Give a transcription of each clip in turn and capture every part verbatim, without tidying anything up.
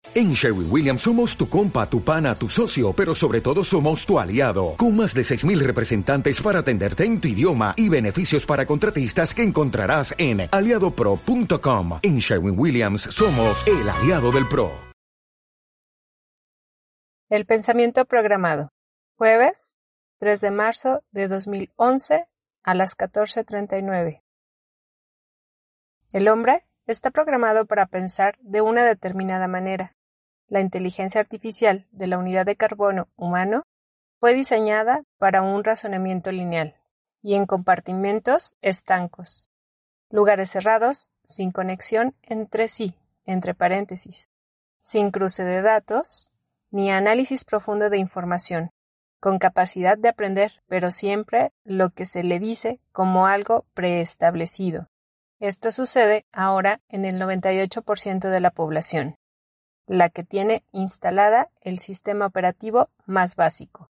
En Sherwin-Williams somos tu compa, tu pana, tu socio, pero sobre todo somos tu aliado, con más de seis mil representantes para atenderte en tu idioma y beneficios para contratistas que encontrarás en aliado pro punto com. En Sherwin-Williams somos el aliado del pro. El pensamiento programado. Jueves, tres de marzo de dos mil once a las catorce treinta y nueve. El hombre está programado para pensar de una determinada manera. La inteligencia artificial de la unidad de carbono humano fue diseñada para un razonamiento lineal y en compartimentos estancos, lugares cerrados, sin conexión entre sí, entre paréntesis, sin cruce de datos, ni análisis profundo de información, con capacidad de aprender, pero siempre lo que se le dice como algo preestablecido. Esto sucede ahora en el noventa y ocho por ciento de la población, la que tiene instalada el sistema operativo más básico.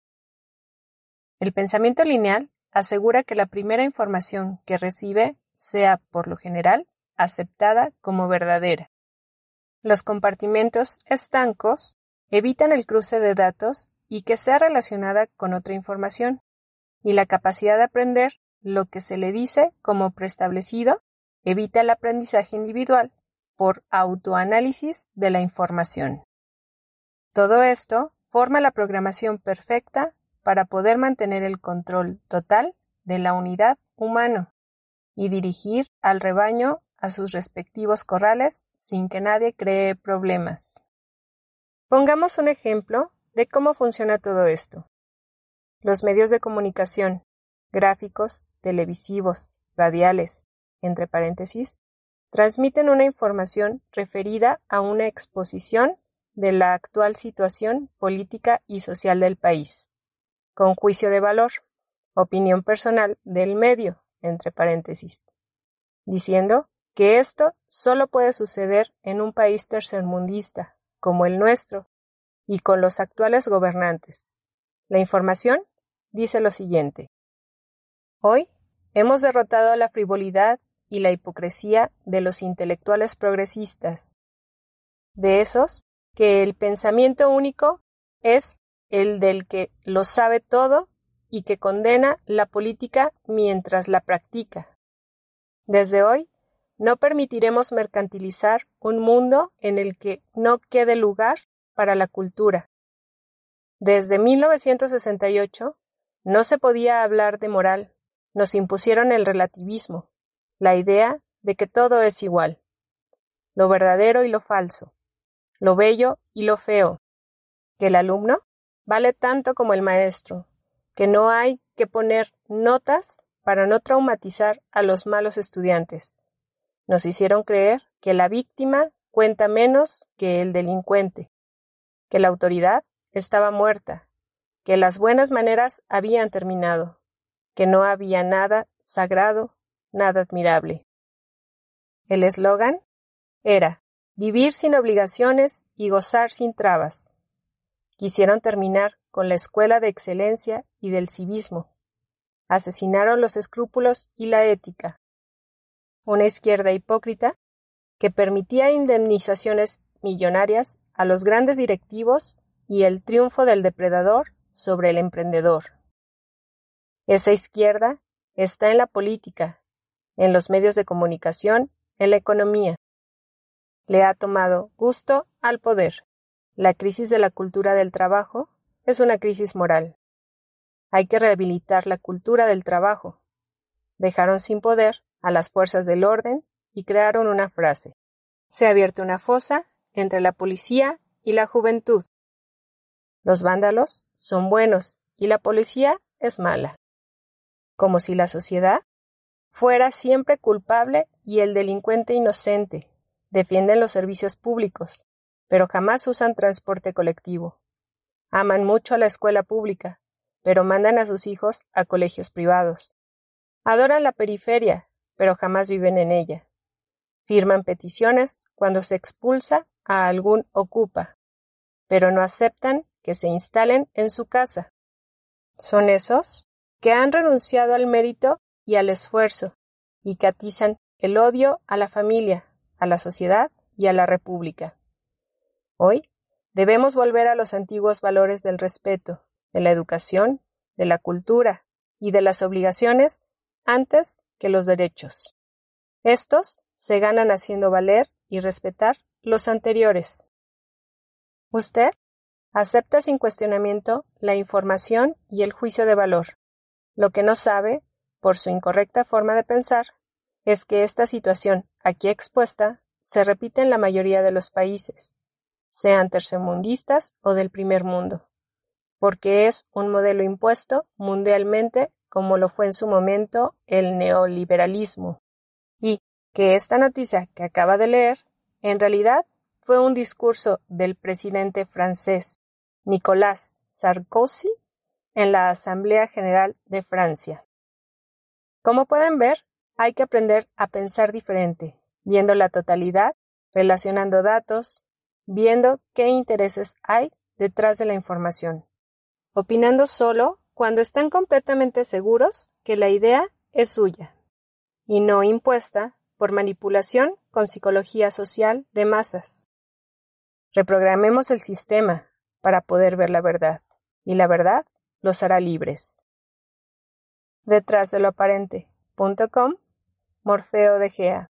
El pensamiento lineal asegura que la primera información que recibe sea, por lo general, aceptada como verdadera. Los compartimentos estancos evitan el cruce de datos y que sea relacionada con otra información, y la capacidad de aprender lo que se le dice como preestablecido evita el aprendizaje individual por autoanálisis de la información. Todo esto forma la programación perfecta para poder mantener el control total de la unidad humano y dirigir al rebaño a sus respectivos corrales sin que nadie cree problemas. Pongamos un ejemplo de cómo funciona todo esto. Los medios de comunicación, gráficos, televisivos, radiales, entre paréntesis, transmiten una información referida a una exposición de la actual situación política y social del país, con juicio de valor, opinión personal del medio, entre paréntesis, diciendo que esto solo puede suceder en un país tercermundista, como el nuestro, y con los actuales gobernantes. La información dice lo siguiente: hoy hemos derrotado a la frivolidad y la hipocresía de los intelectuales progresistas, de esos que el pensamiento único es el del que lo sabe todo y que condena la política mientras la practica. Desde hoy, no permitiremos mercantilizar un mundo en el que no quede lugar para la cultura. Desde mil novecientos sesenta y ocho no se podía hablar de moral, nos impusieron el relativismo, la idea de que todo es igual, lo verdadero y lo falso, lo bello y lo feo, que el alumno vale tanto como el maestro, que no hay que poner notas para no traumatizar a los malos estudiantes. Nos hicieron creer que la víctima cuenta menos que el delincuente, que la autoridad estaba muerta, que las buenas maneras habían terminado, que no había nada sagrado, nada admirable. El eslogan era vivir sin obligaciones y gozar sin trabas. Quisieron terminar con la escuela de excelencia y del civismo. Asesinaron los escrúpulos y la ética. Una izquierda hipócrita que permitía indemnizaciones millonarias a los grandes directivos y el triunfo del depredador sobre el emprendedor. Esa izquierda está en la política, en los medios de comunicación, en la economía. Le ha tomado gusto al poder. La crisis de la cultura del trabajo es una crisis moral. Hay que rehabilitar la cultura del trabajo. Dejaron sin poder a las fuerzas del orden y crearon una frase: se ha abierto una fosa entre la policía y la juventud. Los vándalos son buenos y la policía es mala. Como si la sociedad fuera siempre culpable y el delincuente inocente. Defienden los servicios públicos, pero jamás usan transporte colectivo. Aman mucho a la escuela pública, pero mandan a sus hijos a colegios privados. Adoran la periferia, pero jamás viven en ella. Firman peticiones cuando se expulsa a algún ocupa, pero no aceptan que se instalen en su casa. Son esos que han renunciado al mérito y al esfuerzo, y que atizan el odio a la familia, a la sociedad y a la república. Hoy debemos volver a los antiguos valores del respeto, de la educación, de la cultura y de las obligaciones antes que los derechos. Estos se ganan haciendo valer y respetar los anteriores. Usted acepta sin cuestionamiento la información y el juicio de valor. Lo que no sabe, por su incorrecta forma de pensar, es que esta situación aquí expuesta se repite en la mayoría de los países, sean tercermundistas o del primer mundo, porque es un modelo impuesto mundialmente como lo fue en su momento el neoliberalismo, y que esta noticia que acaba de leer, en realidad fue un discurso del presidente francés Nicolas Sarkozy en la Asamblea General de Francia. Como pueden ver, hay que aprender a pensar diferente, viendo la totalidad, relacionando datos, viendo qué intereses hay detrás de la información, opinando solo cuando están completamente seguros que la idea es suya, y no impuesta por manipulación con psicología social de masas. Reprogramemos el sistema para poder ver la verdad, y la verdad los hará libres. Detrás de lo aparente punto com, Morfeo de Gea.